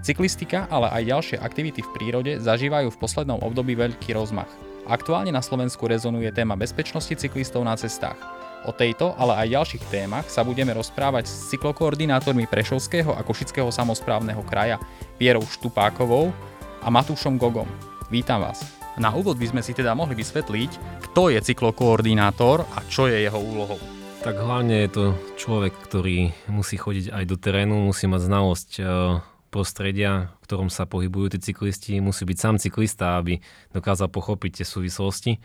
Cyklistika, ale aj ďalšie aktivity v prírode zažívajú v poslednom období veľký rozmach. Aktuálne na Slovensku rezonuje téma bezpečnosti cyklistov na cestách. O tejto, ale aj ďalších témach sa budeme rozprávať s cyklokoordinátormi Prešovského a Košického samosprávneho kraja Vierou Štupákovou a Matúšom Gogom. Vítam vás. Na úvod by sme si teda mohli vysvetliť, kto je cyklokoordinátor a čo je jeho úlohou. Tak hlavne je to človek, ktorý musí chodiť aj do terénu, musí mať znalosť prostredia, v ktorom sa pohybujú tí cyklisti. Musí byť sám cyklista, aby dokázal pochopiť tie súvislosti.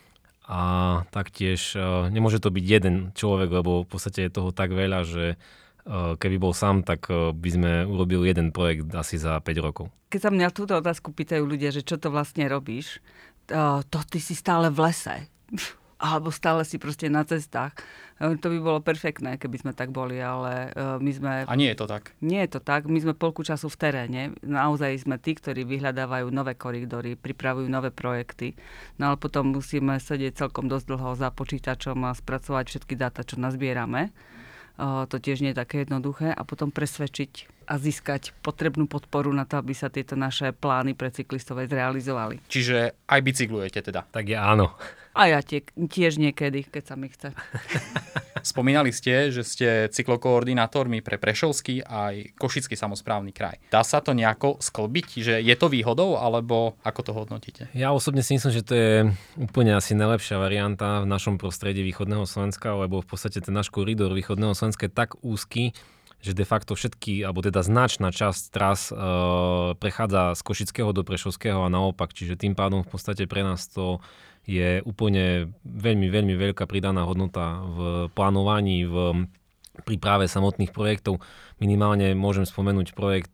A taktiež nemôže to byť jeden človek, lebo v podstate je toho tak veľa, že keby bol sám, tak by sme urobili jeden projekt asi za 5 rokov. Keď sa mňa túto otázku pýtajú ľudia, že čo to vlastne robíš, to ty si stále v lese. Alebo stále si proste na cestách. To by bolo perfektné, keby sme tak boli, ale my sme... A nie je to tak? Nie je to tak. My sme polku času v teréne. Naozaj sme tí, ktorí vyhľadávajú nové koridory, pripravujú nové projekty. No ale potom musíme sedieť celkom dosť dlho za počítačom a spracovať všetky dáta, čo nazbierame. To tiež nie je také jednoduché. A potom presvedčiť a získať potrebnú podporu na to, aby sa tieto naše plány pre cyklistov zrealizovali. Čiže aj bicyklujete teda? Tak ja áno. A ja tiež niekedy, keď sa mi chce. Spomínali ste, že ste cyklokoordinátormi pre Prešovský aj Košický samosprávny kraj. Dá sa to nejako sklbiť? Že je to výhodou, alebo ako to hodnotíte? Ja osobne si myslím, že to je úplne asi najlepšia varianta v našom prostredí východného Slovenska, lebo v podstate ten náš koridor východného Slovenska je tak úzky, že de facto všetky, alebo teda značná časť tras prechádza z Košického do Prešovského a naopak. Čiže tým pádom v podstate pre nás to je úplne veľmi, veľmi veľká pridaná hodnota v plánovaní, v príprave samotných projektov. Minimálne môžem spomenúť projekt,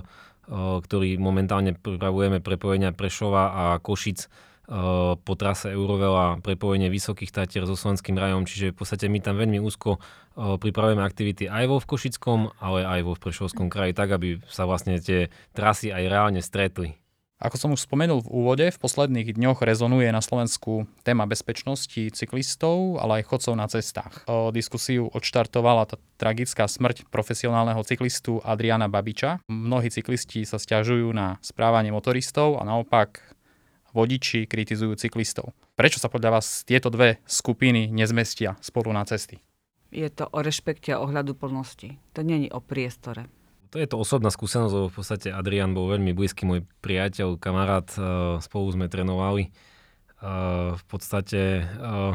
ktorý momentálne pripravujeme, prepojenia Prešova a Košic po trase Eurovela, prepojenie Vysokých Tatier so Slovenským rajom, čiže v podstate my tam veľmi úzko pripravujeme aktivity aj vo Košickom, ale aj vo Prešovskom kraji, tak aby sa vlastne tie trasy aj reálne stretli. Ako som už spomenul v úvode, v posledných dňoch rezonuje na Slovensku téma bezpečnosti cyklistov, ale aj chodcov na cestách. Diskusiu odštartovala tá tragická smrť profesionálneho cyklistu Adriana Babiča. Mnohí cyklisti sa sťažujú na správanie motoristov a naopak vodiči kritizujú cyklistov. Prečo sa podľa vás tieto dve skupiny nezmestia spolu na cesty? Je to o rešpekte a ohľaduplnosti. To nie je o priestore. To je to osobná skúsenosť, lebo v podstate Adrian bol veľmi blízky môj priateľ, kamarát, spolu sme trénovali. V podstate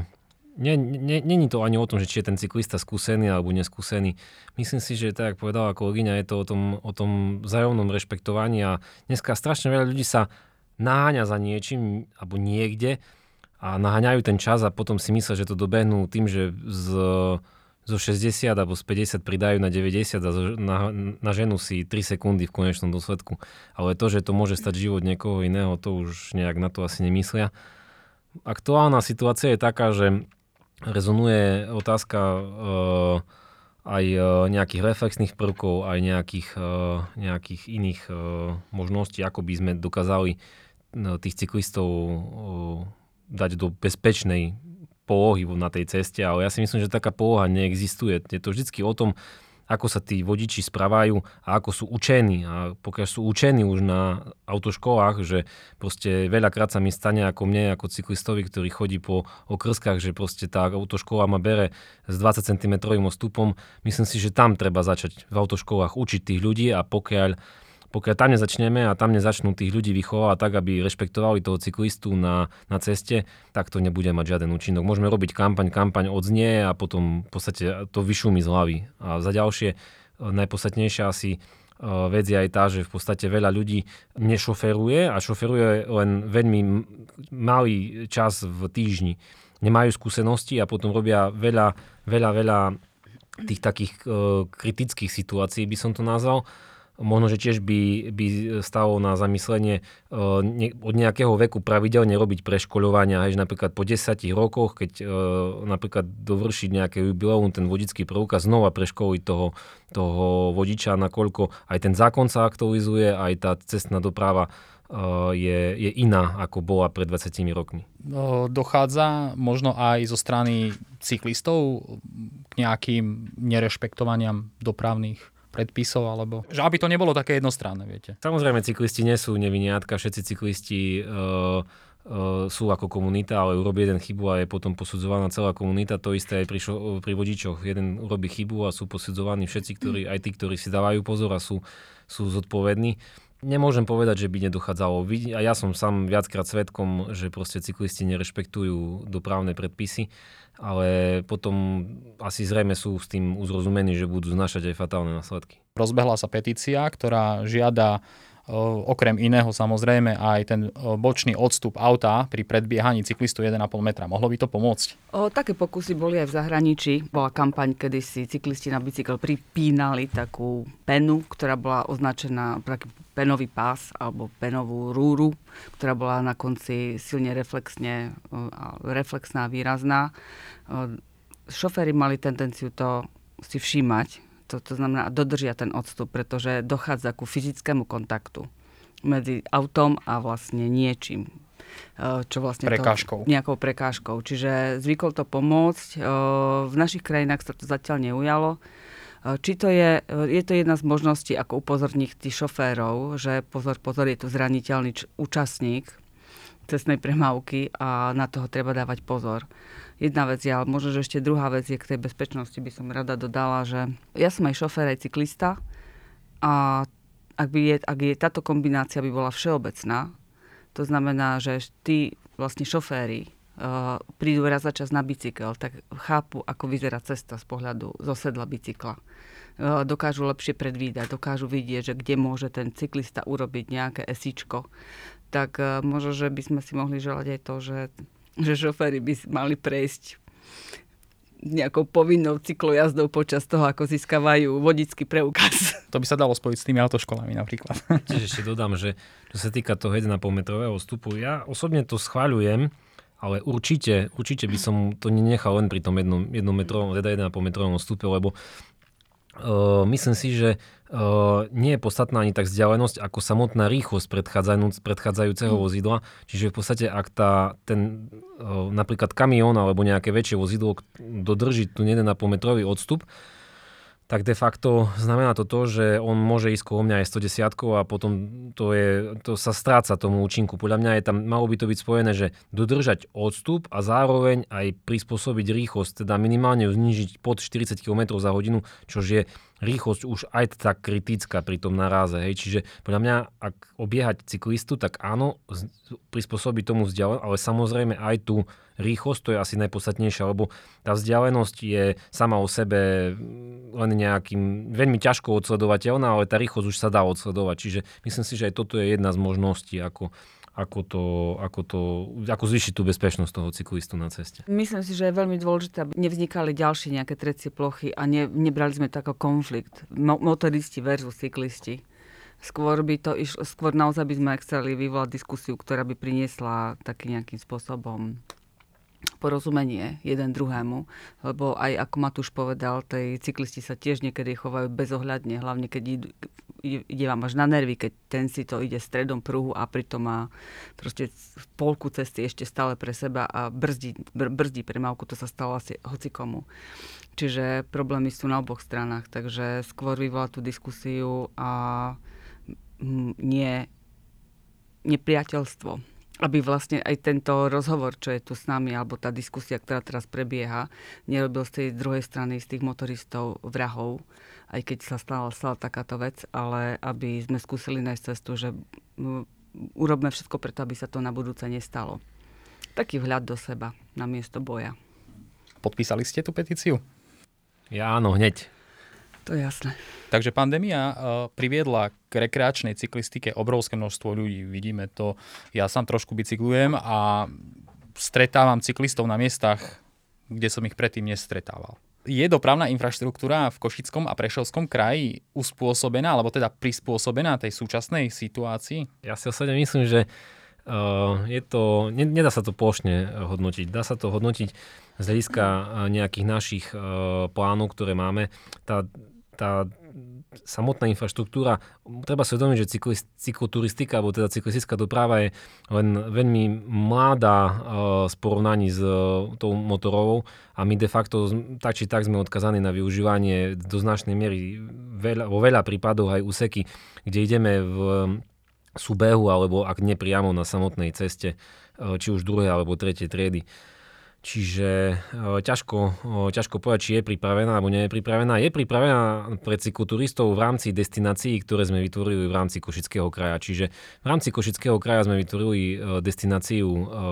není to ani o tom, že či je ten cyklista skúsený alebo neskúsený. Myslím si, že tak, ako povedala kolegyňa, je to o tom vzájomnom rešpektovaní a dneska strašne veľa ľudí sa naháňa za niečím alebo niekde a naháňajú ten čas a potom si myslia, že to dobehnú tým, že zo 60 alebo z 50 pridajú na 90 a naženú si 3 sekundy v konečnom dôsledku. Ale to, že to môže stať život niekoho iného, to už nejak na to asi nemyslia. Aktuálna situácia je taká, že rezonuje otázka aj nejakých reflexných prvkov, aj nejakých iných možností, ako by sme dokázali tých cyklistov dať do bezpečnej polohy na tej ceste, ale ja si myslím, že taká poloha neexistuje. Je to vždycky o tom, ako sa tí vodiči správajú a ako sú učení. A pokiaľ sú učení už na autoškolách, že proste veľakrát sa mi stane ako mne, ako cyklistovi, ktorý chodí po okrskách, že proste tá autoškola ma bere s 20 cm odstupom. Myslím si, že tam treba začať v autoškolách učiť tých ľudí a pokiaľ tam nezačneme a tam nezačnú tých ľudí vychovávať tak, aby rešpektovali toho cyklistu na ceste, tak to nebude mať žiaden účinok. Môžeme robiť kampaň odznie a potom v podstate to vyšumí z hlavy. A za ďalšie, najpodstatnejšia asi vec je aj tá, že v podstate veľa ľudí nešoferuje a šoferuje len veľmi malý čas v týždni. Nemajú skúsenosti a potom robia veľa tých takých kritických situácií, by som to nazval. Možno, že tiež by stalo na zamyslenie od nejakého veku pravidelne robiť preškoľovania, že napríklad po 10 rokoch, keď napríklad dovršiť nejaké jubileum, ten vodický preukaz, znova preškoliť toho vodiča, nakoľko aj ten zákon sa aktualizuje, aj tá cestná doprava je iná, ako bola pred 20 rokmi. Dochádza možno aj zo strany cyklistov k nejakým nerešpektovaniam dopravných predpisov, alebo že aby to nebolo také jednostranné, viete. Samozrejme, cyklisti nie sú neviniatka, všetci cyklisti sú ako komunita, ale urobí jeden chybu a je potom posudzovaná celá komunita. To isté aj pri vodičoch. Jeden urobí chybu a sú posudzovaní všetci, aj tí, ktorí si dávajú pozor a sú zodpovední. Nemôžem povedať, že by nedochádzalo. A ja som sám viackrát svedkom, že proste cyklisti nerešpektujú dopravné predpisy, ale potom asi zrejme sú s tým uzrozumení, že budú znášať aj fatálne následky. Rozbehla sa petícia, ktorá žiada okrem iného samozrejme aj ten bočný odstup auta pri predbiehaní cyklistu 1,5 metra. Mohlo by to pomôcť? Také pokusy boli aj v zahraničí. Bola kampaň, kedy si cyklisti na bicykel pripínali takú penu, ktorá bola označená taký penový pás alebo penovú rúru, ktorá bola na konci silne reflexná, výrazná. Šoféri mali tendenciu to si všímať. To znamená dodržia ten odstup, pretože dochádza ku fyzickému kontaktu medzi autom a vlastne niečím. Čo vlastne nejakou prekážkou. Čiže zvykol to pomôcť. V našich krajinách sa to zatiaľ neujalo. Či to je to jedna z možností, ako upozorniť tých šoférov, že pozor, je tu zraniteľný účastník cestnej premávky a na toho treba dávať pozor. Jedna vec je, ale možno, že ešte druhá vec je k tej bezpečnosti, by som rada dodala, že ja som aj šofér, aj cyklista a ak je táto kombinácia by bola všeobecná, to znamená, že tí vlastne šoféri prídu raz za čas na bicykel, tak chápu, ako vyzerá cesta z pohľadu zo sedla bicykla. Dokážu lepšie predvídať, dokážu vidieť, že kde môže ten cyklista urobiť nejaké esíčko. Tak možno, že by sme si mohli želať aj to, že šoféri by mali prejsť nejakou povinnou cyklojazdou počas toho, ako získavajú vodický preukaz. To by sa dalo spojiť s tými autoškolami napríklad. Tiež ešte dodám, že čo sa týka toho 1,5 metrového vstupu, ja osobne to schvaľujem, ale určite by som to nenechal len pri tom 1 metrovom, teda 1,5 metrovom vstupe, lebo myslím si, že nie je podstatná ani tak vzdialenosť, ako samotná rýchlosť predchádzajúceho vozidla. Čiže v podstate, ak ten napríklad kamión alebo nejaké väčšie vozidlo dodrží tu 1,5 metrový odstup, tak de facto znamená to, že on môže ísť kolo mňa aj 110 a potom to sa stráca tomu účinku. Podľa mňa malo by to byť spojené, že dodržať odstup a zároveň aj prispôsobiť rýchlosť, teda minimálne ju znížiť pod 40 km za hodinu, čož je rýchlosť už aj tak kritická pri tom naráze. Hej. Čiže podľa mňa, ak obiehať cyklistu, tak áno, prispôsobiť tomu vzdialenosť, ale samozrejme aj tú rýchlosť, to je asi najpodstatnejšie, lebo tá vzdialenosť je sama o sebe len nejakým veľmi ťažko odsledovateľná, ale tá rýchlosť už sa dá odsledovať. Čiže myslím si, že aj toto je jedna z možností, ako zvýšiť tú bezpečnosť toho cyklistu na ceste. Myslím si, že je veľmi dôležité, aby nevznikali ďalšie nejaké trecie plochy a nebrali sme to ako konflikt. Motoristi versus cyklisti. Skôr naozaj by sme chceli vyvolať diskusiu, ktorá by priniesla taký nejakým spôsobom porozumenie jeden druhému, lebo aj ako Matúš povedal, tí cyklisti sa tiež niekedy chovajú bezohľadne, hlavne keď ide vám až na nervy, keď ten si to ide stredom pruhu a pritom má proste polku cesty ešte stále pre seba a brzdí premávku, to sa stalo asi hocikomu. Čiže problémy sú na oboch stranách, takže skôr vyvolať tú diskusiu a nie nepriateľstvo. Aby vlastne aj tento rozhovor, čo je tu s nami, alebo tá diskusia, ktorá teraz prebieha, nerobil z tej druhej strany, z tých motoristov vrahov, aj keď sa stala takáto vec, ale aby sme skúsili nájsť cestu, že urobme všetko preto, aby sa to na budúce nestalo. Taký vhľad do seba, namiesto boja. Podpísali ste tú petíciu? Ja áno, hneď. To je jasné. Takže pandémia priviedla k rekreačnej cyklistike obrovské množstvo ľudí. Vidíme to. Ja sám trošku bicyklujem a stretávam cyklistov na miestach, kde som ich predtým nestretával. Je dopravná infraštruktúra v Košickom a Prešovskom kraji uspôsobená, alebo teda prispôsobená tej súčasnej situácii? Ja si osobne myslím, že nedá sa to plošne hodnotiť. Dá sa to hodnotiť z hľadiska nejakých našich plánov, ktoré máme. Tá samotná infraštruktúra, treba si uvedomiť, že cykloturistika, alebo teda cyklistická doprava je len veľmi mladá v porovnaní s tou motorovou a my de facto tak či tak sme odkazaní na využívanie do značnej miery vo veľa prípadoch aj úseky, kde ideme v súbehu, alebo ak nie priamo na samotnej ceste, či už druhej alebo tretej triedy. Čiže ťažko povedať, či je pripravená alebo nie je pripravená. Je pripravená pre cykloturistov v rámci destinácií, ktoré sme vytvorili v rámci Košického kraja. Čiže v rámci Košického kraja sme vytvorili destináciu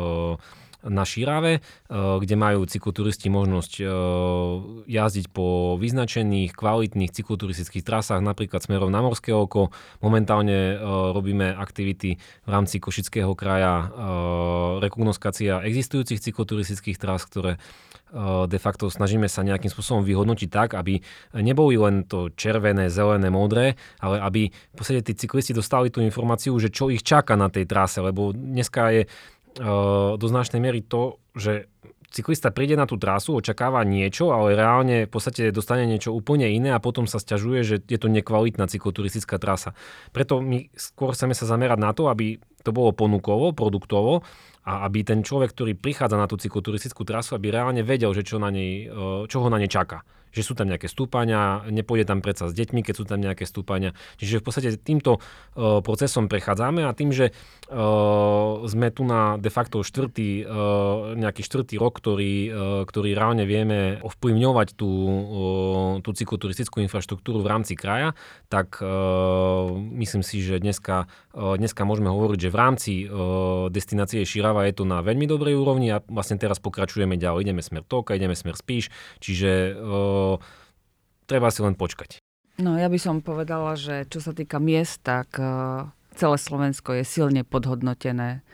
na Šírave, kde majú cykloturisti možnosť jazdiť po vyznačených, kvalitných cykloturistických trasách, napríklad smerom na Morské oko. Momentálne robíme aktivity v rámci Košického kraja, rekognoskácia existujúcich cykloturistických tras, ktoré de facto snažíme sa nejakým spôsobom vyhodnotiť tak, aby neboli len to červené, zelené, modré, ale aby v podstate tí cyklisti dostali tú informáciu, že čo ich čaká na tej trase, lebo dneska je do značnej miery to, že cyklista príde na tú trasu, očakáva niečo, ale reálne v podstate dostane niečo úplne iné a potom sa sťažuje, že je to nekvalitná cykloturistická trasa. Preto my skôr chceme sa zamerať na to, aby to bolo ponukovo, produktovo a aby ten človek, ktorý prichádza na tú cykloturistickú trasu, aby reálne vedel, že čo ho na nej čaká. Že sú tam nejaké stúpania, nepôjde tam predsa s deťmi, keď sú tam nejaké stúpania. Čiže v podstate týmto procesom prechádzame a tým, že sme tu na de facto nejaký štvrtý rok, ktorý reálne vieme ovplyvňovať tú cykloturistickú infraštruktúru v rámci kraja, tak myslím si, že dneska môžeme hovoriť, že v rámci destinácie Šírava je to na veľmi dobrej úrovni a vlastne teraz pokračujeme ďalej. Ideme smer Tóka, ideme smer Spíš, čiže treba si len počkať. No ja by som povedala, že čo sa týka miest, tak celé Slovensko je silne podhodnotené.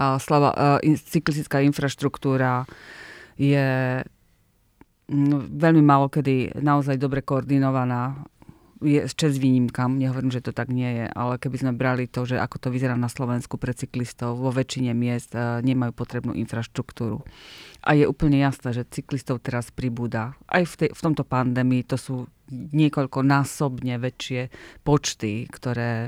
Cyklistická infraštruktúra je veľmi málo kedy naozaj dobre koordinovaná. Je čest výnimkám, nehovorím, že to tak nie je, ale keby sme brali to, že ako to vyzerá na Slovensku pre cyklistov, vo väčšine miest nemajú potrebnú infraštruktúru. A je úplne jasné, že cyklistov teraz pribúda. Aj v tomto pandémii to sú niekoľkonásobne väčšie počty, ktoré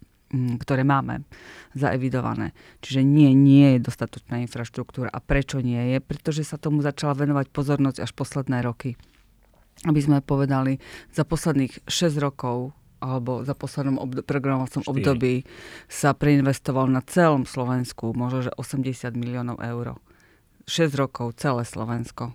máme zaevidované. Čiže nie je dostatočná infraštruktúra. A prečo nie je? Pretože sa tomu začala venovať pozornosť až posledné roky. Aby sme povedali, za posledných 6 rokov alebo za poslednom programovacom období sa preinvestovalo na celom Slovensku možno, že 80 miliónov eur. 6 rokov, celé Slovensko.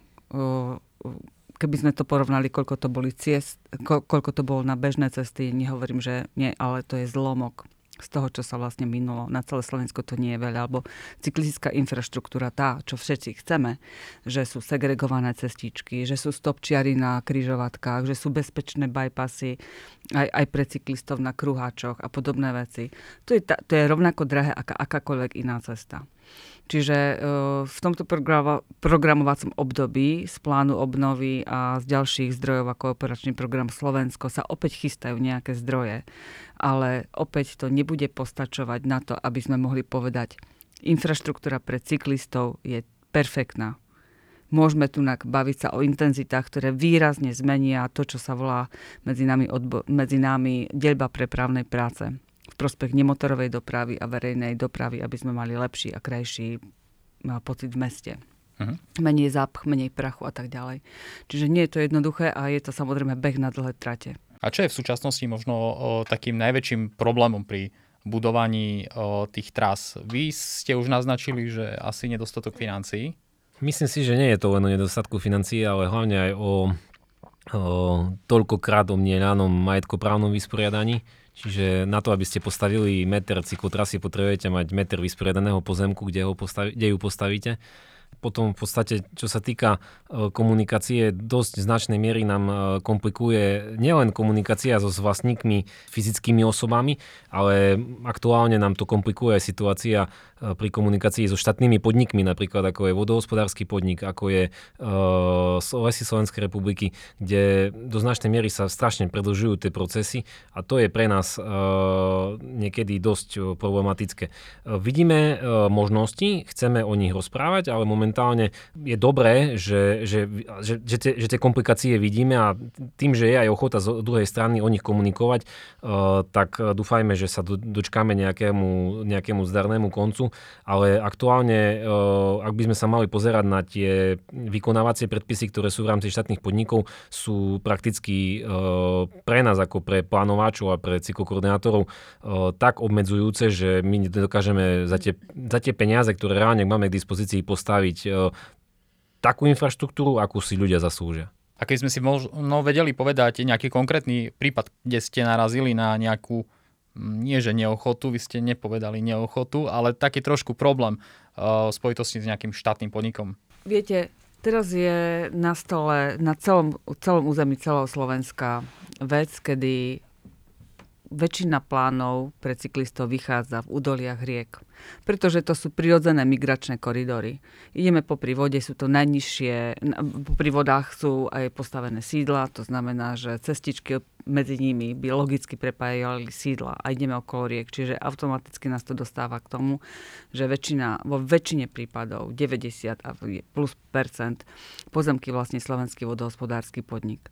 Keby sme to porovnali, koľko to boli ciest, koľko to bolo na bežné cesty, nehovorím, že nie, ale to je zlomok z toho, čo sa vlastne minulo. Na celé Slovensko to nie je veľa, alebo cyklistická infraštruktúra, tá, čo všetci chceme, že sú segregované cestičky, že sú stopčiary na križovatkách, že sú bezpečné bypassy aj pre cyklistov na kruháčoch a podobné veci. To je rovnako drahé ako akákoľvek iná cesta. Čiže v tomto programovacom období z plánu obnovy a z ďalších zdrojov ako operačný program Slovensko sa opäť chystajú nejaké zdroje. Ale opäť to nebude postačovať na to, aby sme mohli povedať, infraštruktúra pre cyklistov je perfektná. Môžeme tu baviť sa o intenzitách, ktoré výrazne zmenia to, čo sa volá medzi nami deľba prepravnej práce v prospech nemotorovej dopravy a verejnej dopravy, aby sme mali lepší a krajší pocit v meste. Uh-huh. Menej zápch, menej prachu a tak ďalej. Čiže nie je to jednoduché a je to samozrejme beh na dlhé trate. A čo je v súčasnosti možno takým najväčším problémom pri budovaní tých trás? Vy ste už naznačili, že asi nedostatok financií. Myslím si, že nie je to len o nedostatku financií, ale hlavne aj o toľkokrát omnieľanom majetkoprávnom vysporiadaní. Čiže na to, aby ste postavili meter cyklotrasy, potrebujete mať meter vysporiadaného pozemku, kde ju postavíte. Potom v podstate, čo sa týka komunikácie, dosť značnej miery nám komplikuje nielen komunikácia so vlastníkmi, fyzickými osobami, ale aktuálne nám to komplikuje aj situácia pri komunikácii so štátnymi podnikmi, napríklad ako je vodohospodársky podnik, ako je Lesy Slovenskej republiky, kde do značnej miery sa strašne predĺžujú tie procesy a to je pre nás niekedy dosť problematické. Vidíme možnosti, chceme o nich rozprávať, ale momentálne momentálne je dobré, že tie komplikácie vidíme a tým, že je aj ochota z druhej strany o nich komunikovať, tak dúfajme, že sa dočkáme nejakému zdarnému koncu, ale aktuálne, ak by sme sa mali pozerať na tie vykonávacie predpisy, ktoré sú v rámci štátnych podnikov, sú prakticky pre nás ako pre plánováčov a pre cyklokoordinátorov tak obmedzujúce, že my nedokážeme za tie peniaze, ktoré reálne máme k dispozícii, postaviť takú infraštruktúru, akú si ľudia zaslúžia. A keď sme si možno vedeli povedať nejaký konkrétny prípad, kde ste narazili na nejakú, nie že neochotu, vy ste nepovedali neochotu, ale taký trošku problém v spojitosti s nejakým štátnym podnikom. Viete, teraz je na stole na celom území celého Slovenska vec, kedy väčšina plánov pre cyklistov vychádza v údoliach riek, pretože to sú prirodzené migračné koridory. Ideme popri vode, sú to najnižšie, popri vodách sú aj postavené sídla, to znamená, že cestičky medzi nimi by logicky prepájali sídla a ideme okolo riek, čiže automaticky nás to dostáva k tomu, že vo väčšine prípadov 90 a plus percent pozemky vlastne Slovenský vodohospodársky podnik.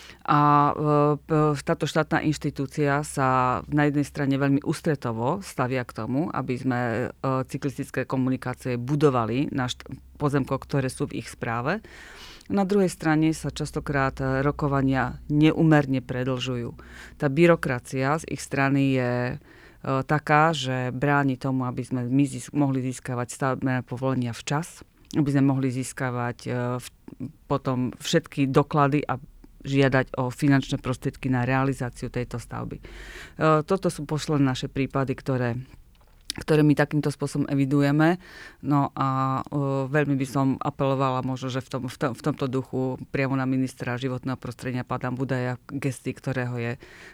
A táto štátna inštitúcia sa na jednej strane veľmi ústretovo stavia k tomu, aby sme cyklistické komunikácie budovali na pozemkoch, ktoré sú v ich správe. Na druhej strane sa častokrát rokovania neúmerne predĺžujú. Tá byrokracia z ich strany je taká, že bráni tomu, aby sme my mohli získavať stavebné povolenia včas, aby sme mohli získavať potom všetky doklady a žiadať o finančné prostriedky na realizáciu tejto stavby. Toto sú posledné naše prípady, ktoré my takýmto spôsobom evidujeme. No a veľmi by som apelovala možno, že v tomto duchu priamo na ministra životného prostredia Páda Budaja, gestii ktorého je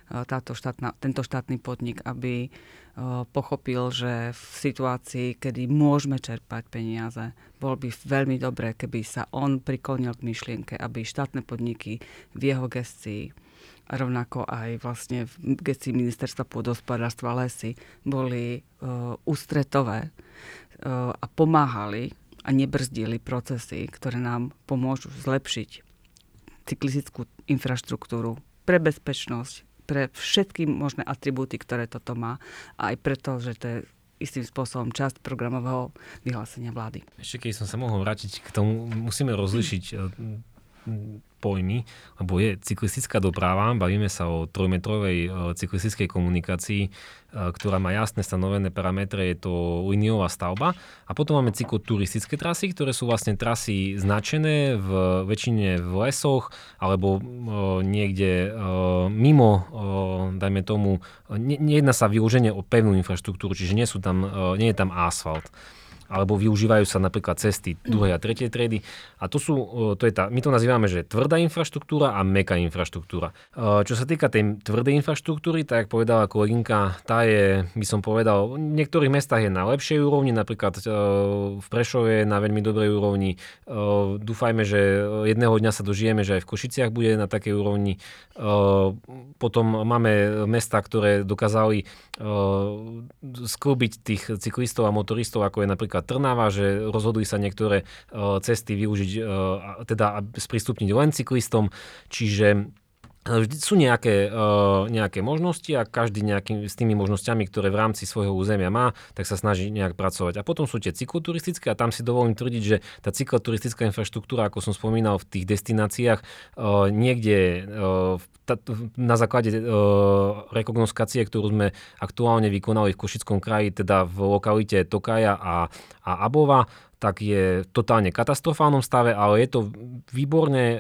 tento štátny podnik, aby pochopil, že v situácii, kedy môžeme čerpať peniaze, bolo by veľmi dobré, keby sa on priklonil k myšlienke, aby štátne podniky v jeho gestii a rovnako aj vlastne v gestii ministerstva pôdohospodárstva lesy boli ústretové a pomáhali a nebrzdili procesy, ktoré nám pomôžu zlepšiť cyklistickú infraštruktúru pre bezpečnosť, pre všetky možné atribúty, ktoré toto má, a aj preto, že to je istým spôsobom časť programového vyhlásenia vlády. Ešte keď som sa mohol vrátiť k tomu, musíme rozlišiť pojmy, lebo je cyklistická doprava, bavíme sa o 3-metrovej cyklistickej komunikácii, ktorá má jasne stanovené parametre, je to liniová stavba. A potom máme cykloturistické trasy, ktoré sú vlastne trasy značené väčšine v lesoch, alebo niekde mimo, dajme tomu, nejedná sa vyloženie o pevnú infraštruktúru, čiže nie je tam asfalt. Alebo využívajú sa napríklad cesty 2. a 3. triedy. A my to nazývame, že tvrdá infraštruktúra a mäkká infraštruktúra. Čo sa týka tej tvrdej infraštruktúry, tak povedala kolegynka, tá je, by som povedal, v niektorých mestách je na lepšej úrovni, napríklad v Prešove je na veľmi dobrej úrovni. Dúfajme, že jedného dňa sa dožijeme, že aj v Košiciach bude na takej úrovni. Potom máme mestá, ktoré dokázali sklbiť tých cyklistov a motoristov, ako je napríklad Trnava, že rozhodujú sa niektoré cesty využiť, teda sprístupniť len cyklistom, čiže sú nejaké možnosti a každý s tými možnosťami, ktoré v rámci svojho územia má, tak sa snaží nejak pracovať. A potom sú tie cykloturistické a tam si dovolím tvrdiť, že tá cykloturistická infraštruktúra, ako som spomínal, v tých destináciách niekde na základe rekognoskácie, ktorú sme aktuálne vykonali v Košickom kraji, teda v lokalite Tokaja a Abova, tak je totálne katastrofálnom stave, ale je to výborne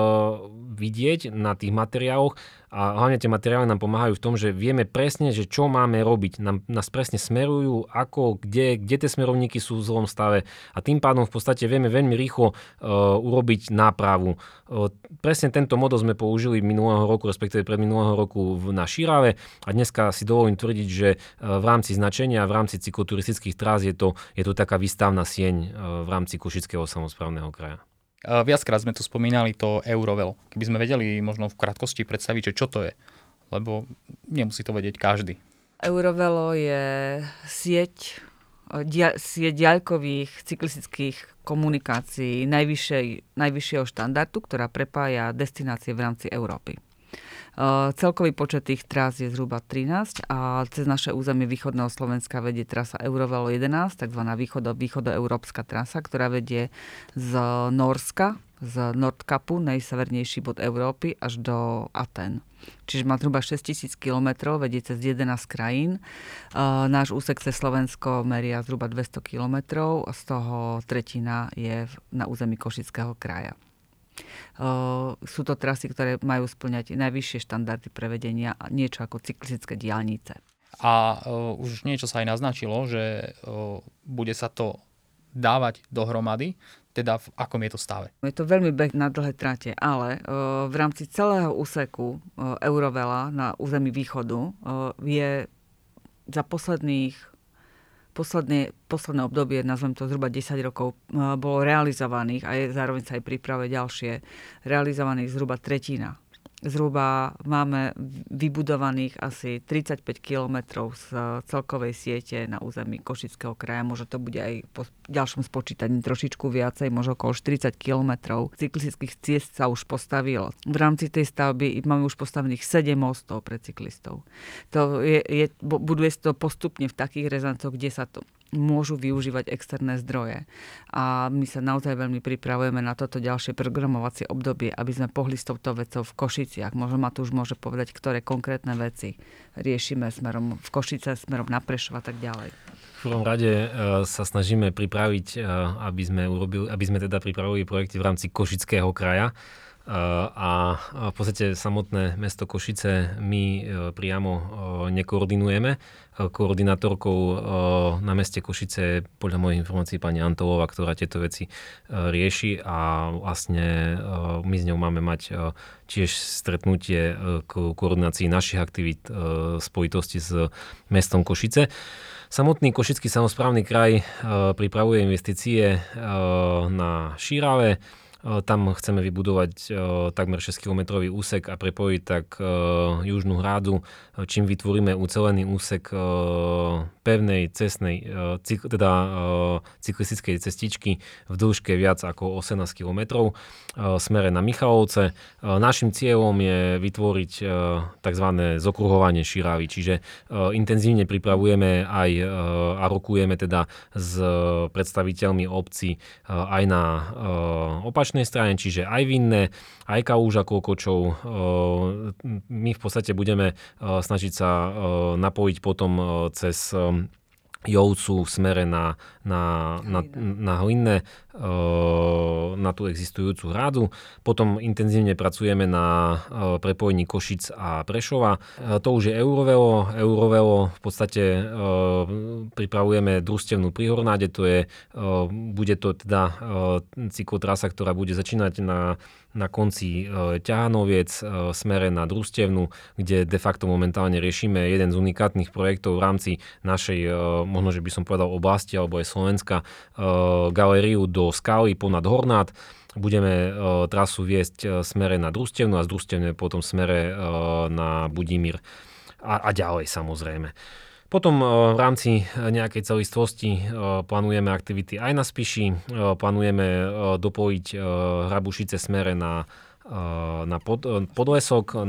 vidieť na tých materiáloch a hlavne tie materiály nám pomáhajú v tom, že vieme presne, že čo máme robiť. Nás presne smerujú, kde tie smerovníky sú v zlom stave a tým pádom v podstate vieme veľmi rýchlo urobiť nápravu. Presne tento model sme použili minulého roku, respektíve predminulého roku na Širave a dneska si dovolím tvrdiť, že v rámci značenia, v rámci cykloturistických trás je to taká výstavná sieň v rámci Košického samosprávneho kraja. Viackrát sme tu spomínali to Eurovelo. Keby sme vedeli možno v krátkosti predstaviť, že čo to je, lebo nemusí to vedieť každý. Eurovelo je sieť sieť diaľkových cyklistických komunikácií najvyššieho štandardu, ktorá prepája destinácie v rámci Európy. Celkový počet tých trás je zhruba 13 a cez naše územie východného Slovenska vedie trasa Eurovelo 11, tzv. východoeurópska trasa, ktorá vedie z Nórska, z Nordkapu, najsevernejší bod Európy, až do Aten. Čiže má zhruba 6000 km, vedie cez 11 krajín. Náš úsek cez Slovensko meria zhruba 200 km, a z toho tretina je na území Košického kraja. Sú to trasy, ktoré majú spĺňať najvyššie štandardy prevedenia a niečo ako cyklistické diaľnice. A už niečo sa aj naznačilo, že bude sa to dávať dohromady, teda v akom je to stave? Je to veľmi beh na dlhé trate, ale v rámci celého úseku Eurovela na území východu je za posledné obdobie, nazvem to zhruba 10 rokov, bolo realizovaných a zároveň sa aj pripravuje ďalšie, realizovaných zhruba tretina. Zhruba máme vybudovaných asi 35 kilometrov z celkovej siete na území Košického kraja. Možno to bude aj po ďalšom spočítaní trošičku viacej, možno okolo 40 kilometrov. Cyklistických ciest sa už postavilo. V rámci tej stavby máme už postavených 7 mostov pre cyklistov. Buduje sa to postupne v takých rezancoch, kde sa to môžu využívať externé zdroje. A my sa naozaj veľmi pripravujeme na toto ďalšie programovacie obdobie, aby sme pohli s touto vecou v Košiciach. Možno Matúš môže povedať, ktoré konkrétne veci riešime smerom v Košice, smerom na Prešov a tak ďalej. V prvom rade sa snažíme pripraviť, aby sme teda pripravili projekty v rámci Košického kraja. A v podstate samotné mesto Košice my priamo nekoordinujeme. Koordinátorkou na meste Košice je podľa mojich informácií pani Antolová, ktorá tieto veci rieši a vlastne my s ňou máme mať tiež stretnutie k koordinácii našich aktivít v spojitosti s mestom Košice. Samotný Košický samosprávny kraj pripravuje investície na Šírave. Tam chceme vybudovať takmer 6-kilometrový úsek a prepojiť tak Južnú Hrádu, čím vytvoríme ucelený úsek pevnej cestnej, cyklistickej cestičky v dĺžke viac ako 18 kilometrov smere na Michalovce. Našim cieľom je vytvoriť tzv. Zokruhovanie Širavy, čiže intenzívne pripravujeme aj a rokujeme teda s predstaviteľmi obcí aj na opačnej strane, čiže aj Vinné, aj Kaluža Klokočov. My v podstate budeme snažiť sa napojiť potom cez Jovcu v smere na Hlinné, na tú existujúcu hradu. Potom intenzívne pracujeme na prepojení Košic a Prešova. To už je Eurovelo. Eurovelo v podstate pripravujeme družstevnú pri Hornáde. Bude to teda cyklotrasa, ktorá bude začínať na konci Ťahanoviec smere na družstevnú, kde de facto momentálne riešime jeden z unikátnych projektov v rámci našej, možno že by som povedal oblasti alebo aj Slovenska, galériu do Skaly ponad Hornát. Budeme trasu viesť smere na družstevnú a z družstevnej potom smere na Budimír a ďalej samozrejme. Potom v rámci nejakej celistvosti plánujeme aktivity aj na Spiši, plánujeme dopojiť Hrabušice smere na Podlesok,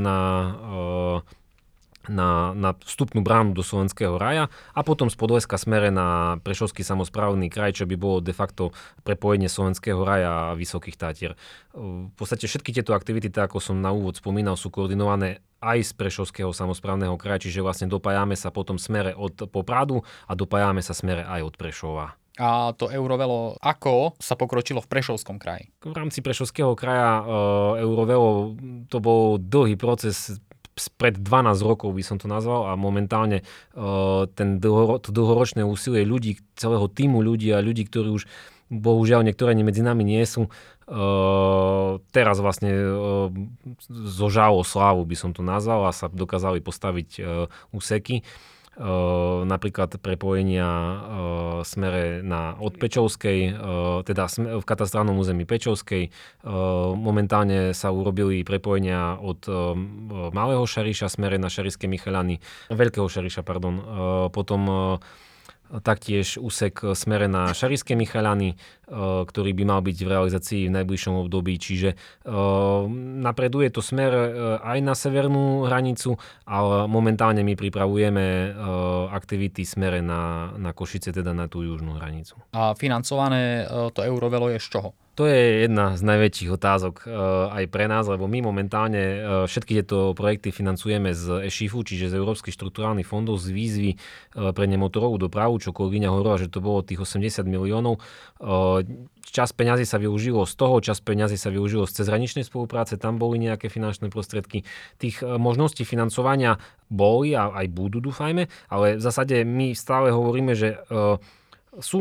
na vstupnú bránu do Slovenského raja a potom z Podleska smere na Prešovský samosprávny kraj, čo by bolo de facto prepojenie Slovenského raja a Vysokých Tátier. V podstate všetky tieto aktivity, tak ako som na úvod spomínal, sú koordinované aj z Prešovského samosprávneho kraja, čiže vlastne dopájame sa potom smere od Popradu a dopájame sa smere aj od Prešova. A to Eurovelo, ako sa pokročilo v Prešovskom kraji? V rámci Prešovského kraja Eurovelo to bol dlhý proces, pred 12 rokov by som to nazval a momentálne to dlhoročné úsilie ľudí, celého týmu ľudí a ľudí, ktorí už bohužiaľ niektoré medzi nami nie sú, teraz vlastne zo žálo slávu by som to nazval a sa dokázali postaviť úseky. Napríklad prepojenia smere od Pečovskej, teda v katastrálnom území Pečovskej. Momentálne sa urobili prepojenia od Malého Šariša smere na Šarišské Michaľany, Veľkého Šariša, pardon. Potom taktiež úsek smere na Šarišské Michaľany, ktorý by mal byť v realizácii v najbližšom období. Čiže napreduje to smer aj na severnú hranicu, ale momentálne my pripravujeme aktivity smere na Košice, teda na tú južnú hranicu. A financované to Eurovelo je z čoho? To je jedna z najväčších otázok aj pre nás, lebo my momentálne všetky tieto projekty financujeme z EŠIFu, čiže z Európskych štrukturálnych fondov, z výzvy pre nemotorovú dopravu, čo kolegyňa hovorila, že to bolo tých 80 miliónov. Časť peňazí sa využilo z toho, časť peňazí sa využilo z cezhraničnej spolupráce, tam boli nejaké finančné prostriedky. Tých možností financovania boli a aj budú, dúfajme, ale v zásade my stále hovoríme, že sú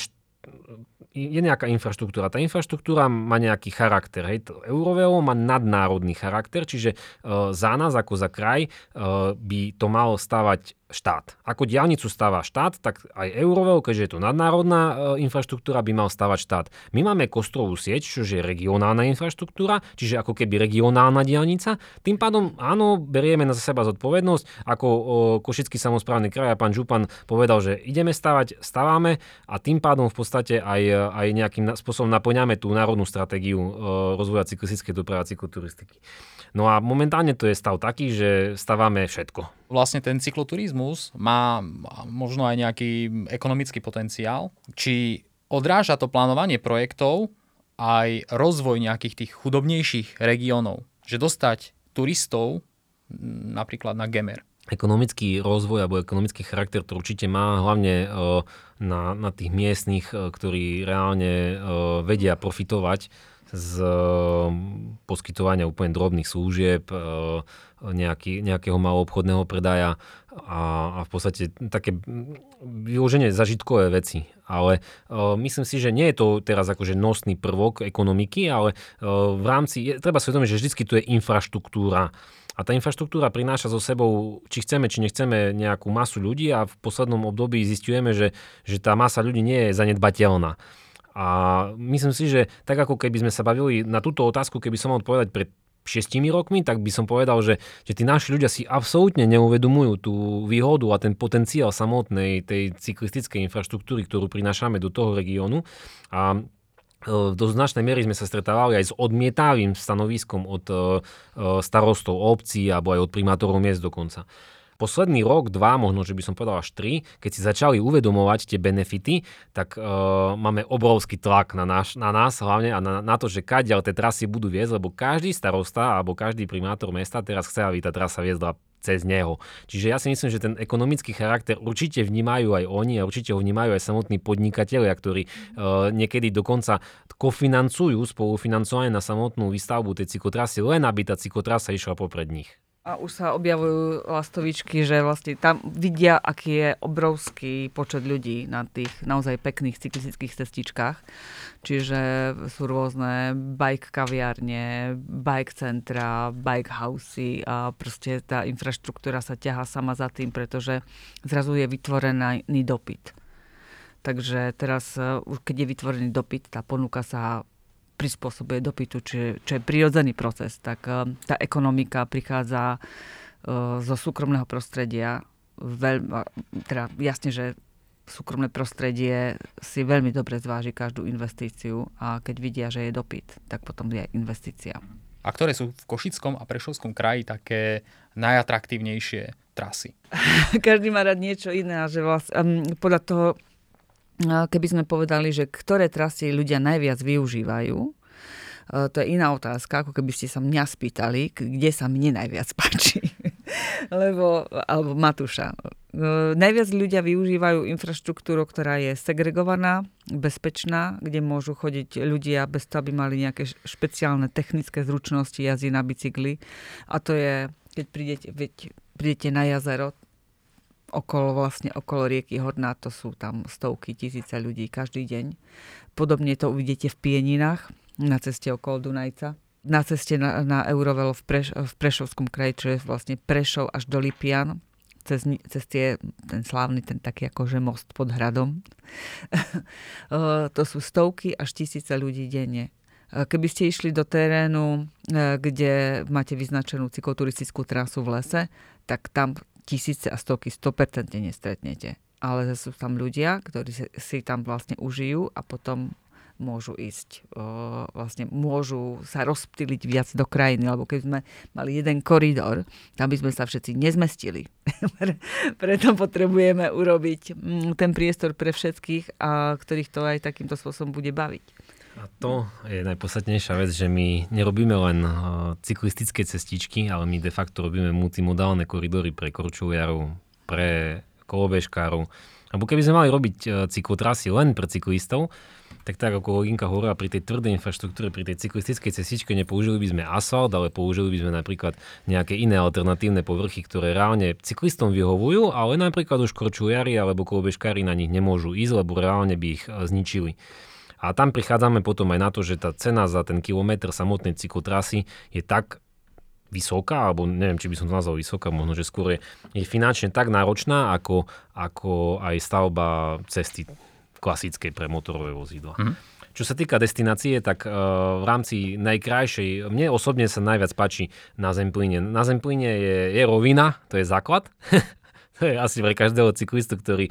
je nejaká infraštruktúra. Tá infraštruktúra má nejaký charakter. Hej. Eurovelo má nadnárodný charakter, čiže za nás ako za kraj by to mal stavať štát. Ako diaľnicu stáva štát, tak aj Eurovelo, keďže je to nadnárodná infraštruktúra, by mal stavať štát. My máme kostrovú sieť, čo je regionálna infraštruktúra, čiže ako keby regionálna diaľnica. Tým pádom áno, berieme na seba zodpovednosť, ako Košický samosprávny kraj a pán župan povedal, že ideme stavať, staváme a tým pádom v podstate aj nejakým spôsobom naplňame tú národnú stratégiu rozvoja cyklistickej dopravy a cykloturistiky. No a momentálne to je stav taký, že staváme všetko. Vlastne ten cykloturizmus má možno aj nejaký ekonomický potenciál. Či odráža to plánovanie projektov aj rozvoj nejakých tých chudobnejších regiónov? Že dostať turistov napríklad na Gemer. Ekonomický rozvoj alebo ekonomický charakter to určite má, hlavne na tých miestnych, ktorí reálne vedia profitovať z poskytovania úplne drobných služieb, nejakého maloobchodného predaja a v podstate také vyloženie zažitkové veci. Ale myslím si, že nie je to teraz akože nosný prvok ekonomiky, ale v rámci, treba si uvedomiť, že vždycky to je infraštruktúra. A tá infraštruktúra prináša so sebou, či chceme, či nechceme, nejakú masu ľudí a v poslednom období zisťujeme, že tá masa ľudí nie je zanedbateľná. A myslím si, že tak ako keby sme sa bavili na túto otázku, keby som mal odpovedať pred 6 rokmi, tak by som povedal, že tí naši ľudia si absolútne neuvedomujú tú výhodu a ten potenciál samotnej tej cyklistickej infraštruktúry, ktorú prinášame do toho regiónu. A do značnej miery sme sa stretávali aj s odmietavým stanoviskom od starostov obcí alebo aj od primátorov miest dokonca. Posledný rok, 2, možno, že by som povedal až 3, keď si začali uvedomovať tie benefity, tak máme obrovský tlak na nás hlavne a na to, že kadiaľ tie trasy budú viesť, lebo každý starosta alebo každý primátor mesta teraz chce, aby tá trasa viedla cez neho. Čiže ja si myslím, že ten ekonomický charakter určite vnímajú aj oni a určite ho vnímajú aj samotní podnikatelia, ktorí niekedy dokonca kofinancujú spolufinancovanie na samotnú výstavbu tej cyklotrasy, len aby tá cyklotrasa išla popred nich. A už sa objavujú lastovičky, že vlastne tam vidia, aký je obrovský počet ľudí na tých naozaj pekných cyklistických cestičkách. Čiže sú rôzne bike kaviárne, bike centra, bike housey a proste tá infraštruktúra sa ťahá sama za tým, pretože zrazu je vytvorený dopyt. Takže teraz, keď je vytvorený dopyt, tá ponuka sa prispôsobuje dopytu, čo je prirodzený proces, tak tá ekonomika prichádza zo súkromného prostredia. Teda jasne, že súkromné prostredie si veľmi dobre zváži každú investíciu a keď vidia, že je dopyt, tak potom je investícia. A ktoré sú v Košickom a Prešovskom kraji také najatraktívnejšie trasy? Každý má rád niečo iné a že podľa toho, keby sme povedali, že ktoré trasy ľudia najviac využívajú, to je iná otázka, ako keby ste sa mňa spýtali, kde sa mne najviac páči. Alebo Matúša. Najviac ľudia využívajú infraštruktúru, ktorá je segregovaná, bezpečná, kde môžu chodiť ľudia bez toho, aby mali nejaké špeciálne technické zručnosti jazdy na bicykli. A to je, keď prídete na jazero, okolo rieky Horná, to sú tam stovky, tisíce ľudí každý deň. Podobne to uvidíte v Pieninách, na ceste okolo Dunajca. Na ceste na Eurovelo v Prešovskom kraji, čo je vlastne Prešov až do Lipian, cez ten slávny, ten taký akože most pod hradom. To sú stovky až tisíce ľudí denne. Keby ste išli do terénu, kde máte vyznačenú cykloturistickú trasu v lese, tak tam tisíce a stovky 100% nestretnete. ale sú tam ľudia, ktorí si tam vlastne užijú a potom môžu ísť, vlastne môžu sa rozptýliť viac do krajiny, lebo keď sme mali jeden koridor, tam by sme sa všetci nezmestili. Preto potrebujeme urobiť ten priestor pre všetkých, a ktorých to aj takýmto spôsobom bude baviť. A to je najpodstatnejšia vec, že my nerobíme len cyklistické cestičky, ale my de facto robíme multimodálne koridory pre korčuliarov, pre kolobežkárov. Alebo keby sme mali robiť cyklotrasy len pre cyklistov, tak ako Ginka hovorila, pri tej tvrdej infraštruktúre, pri tej cyklistickej cestičke nepoužili by sme asfalt, ale použili by sme napríklad nejaké iné alternatívne povrchy, ktoré reálne cyklistom vyhovujú, ale napríklad už korčuliari alebo kolobežkári na nich nemôžu ísť, lebo reálne by ich zničili. A tam prichádzame potom aj na to, že tá cena za ten kilometr samotnej cyklotrasy je tak vysoká, alebo neviem, či by som to nazval vysoká, možno, že skôr je finančne tak náročná, ako aj stavba cesty klasickej pre motorové vozidla. Čo sa týka destinácie, tak v rámci najkrajšej, mne osobne sa najviac páči na Zemplíne. Na Zemplíne je rovina, to je základ. To je asi pre každého cyklistu, ktorý,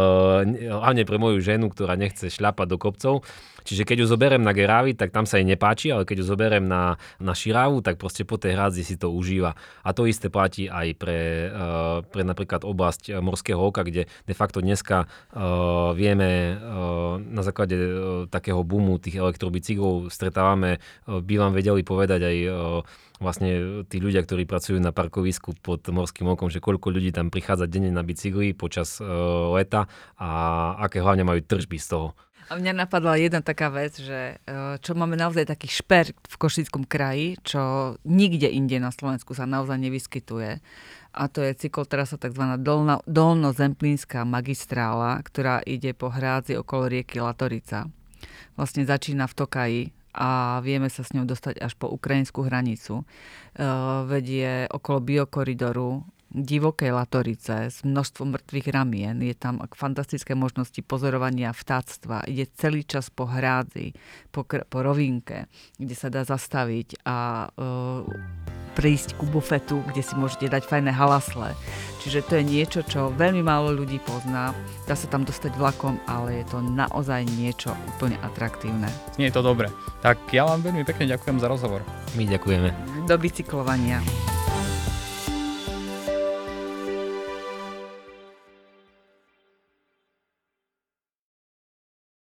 hlavne pre moju ženu, ktorá nechce šľapať do kopcov. Čiže keď ju zoberiem na Gerávi, tak tam sa jej nepáči, ale keď ju zoberiem na Širávu, tak proste po tej hrádzi si to užíva. A to isté platí aj pre napríklad oblasť Morského oka, kde de facto dneska vieme na základe takého boomu tých elektrobicyklov stretávame, by vám vedeli povedať aj vlastne tí ľudia, ktorí pracujú na parkovisku pod Morským okom, že koľko ľudí tam prichádza denne na bicykli počas leta a aké hlavne majú tržby z toho. A mňa napadla jedna taká vec, že čo máme naozaj taký šper v Košickom kraji, čo nikde inde na Slovensku sa naozaj nevyskytuje. A to je cyklotrasa tzv. Dolno-Zemplínska magistrála, ktorá ide po hrádzi okolo rieky Latorica. Vlastne začína v Tokaji a vieme sa s ňou dostať až po ukrajinskú hranicu. Vedie okolo biokoridoru divokej Latorice s množstvom mŕtvych ramien. Je tam fantastické možnosti pozorovania vtáctva. Ide celý čas po hrádzi, po rovinke, kde sa dá zastaviť a prísť ku bufetu, kde si môžete dať fajné halasle. Čiže to je niečo, čo veľmi málo ľudí pozná. Dá sa tam dostať vlakom, ale je to naozaj niečo úplne atraktívne. Nie je to dobre. Tak ja vám veľmi pekne ďakujem za rozhovor. My ďakujeme. Do bicyklovania.